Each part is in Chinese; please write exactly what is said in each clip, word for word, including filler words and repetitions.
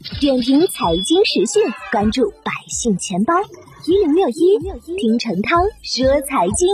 点评财经时讯，关注百姓钱包一零六一，听陈涛说财经。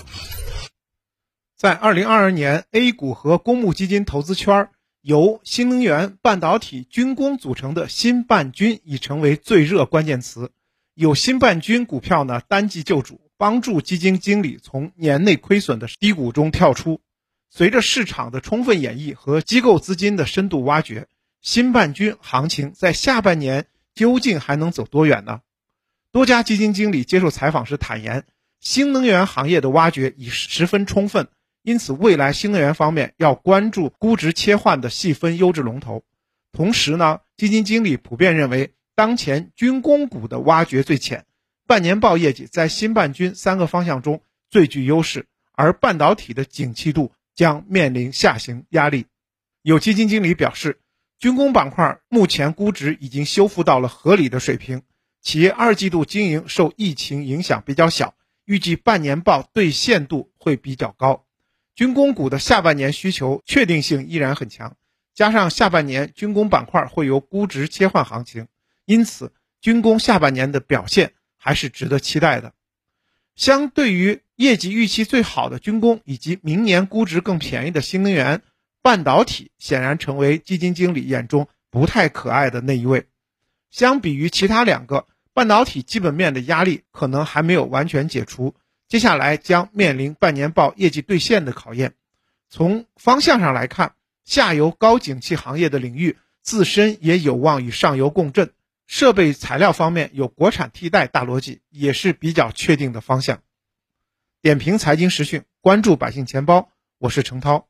在二零二二年 A 股和公募基金投资圈，由新能源、半导体、军工组成的新半军已成为最热关键词。有新半军股票呢单击救主，帮助基金经理从年内亏损的低谷中跳出。随着市场的充分演绎和机构资金的深度挖掘，新半军行情在下半年究竟还能走多远呢？多家基金经理接受采访时坦言，新能源行业的挖掘已十分充分，因此未来新能源方面要关注估值切换的细分优质龙头。同时呢，基金经理普遍认为当前军工股的挖掘最浅，半年报业绩在新半军三个方向中最具优势，而半导体的景气度将面临下行压力。有基金经理表示，军工板块目前估值已经修复到了合理的水平，企业二季度经营受疫情影响比较小，预计半年报兑现度会比较高。军工股的下半年需求确定性依然很强，加上下半年军工板块会有估值切换行情，因此军工下半年的表现还是值得期待的。相对于业绩预期最好的军工以及明年估值更便宜的新能源，半导体显然成为基金经理眼中不太可爱的那一位。相比于其他两个，半导体基本面的压力可能还没有完全解除，接下来将面临半年报业绩兑现的考验。从方向上来看，下游高景气行业的领域自身也有望与上游共振，设备材料方面有国产替代大逻辑，也是比较确定的方向。点评财经时讯，关注百姓钱包，我是程涛。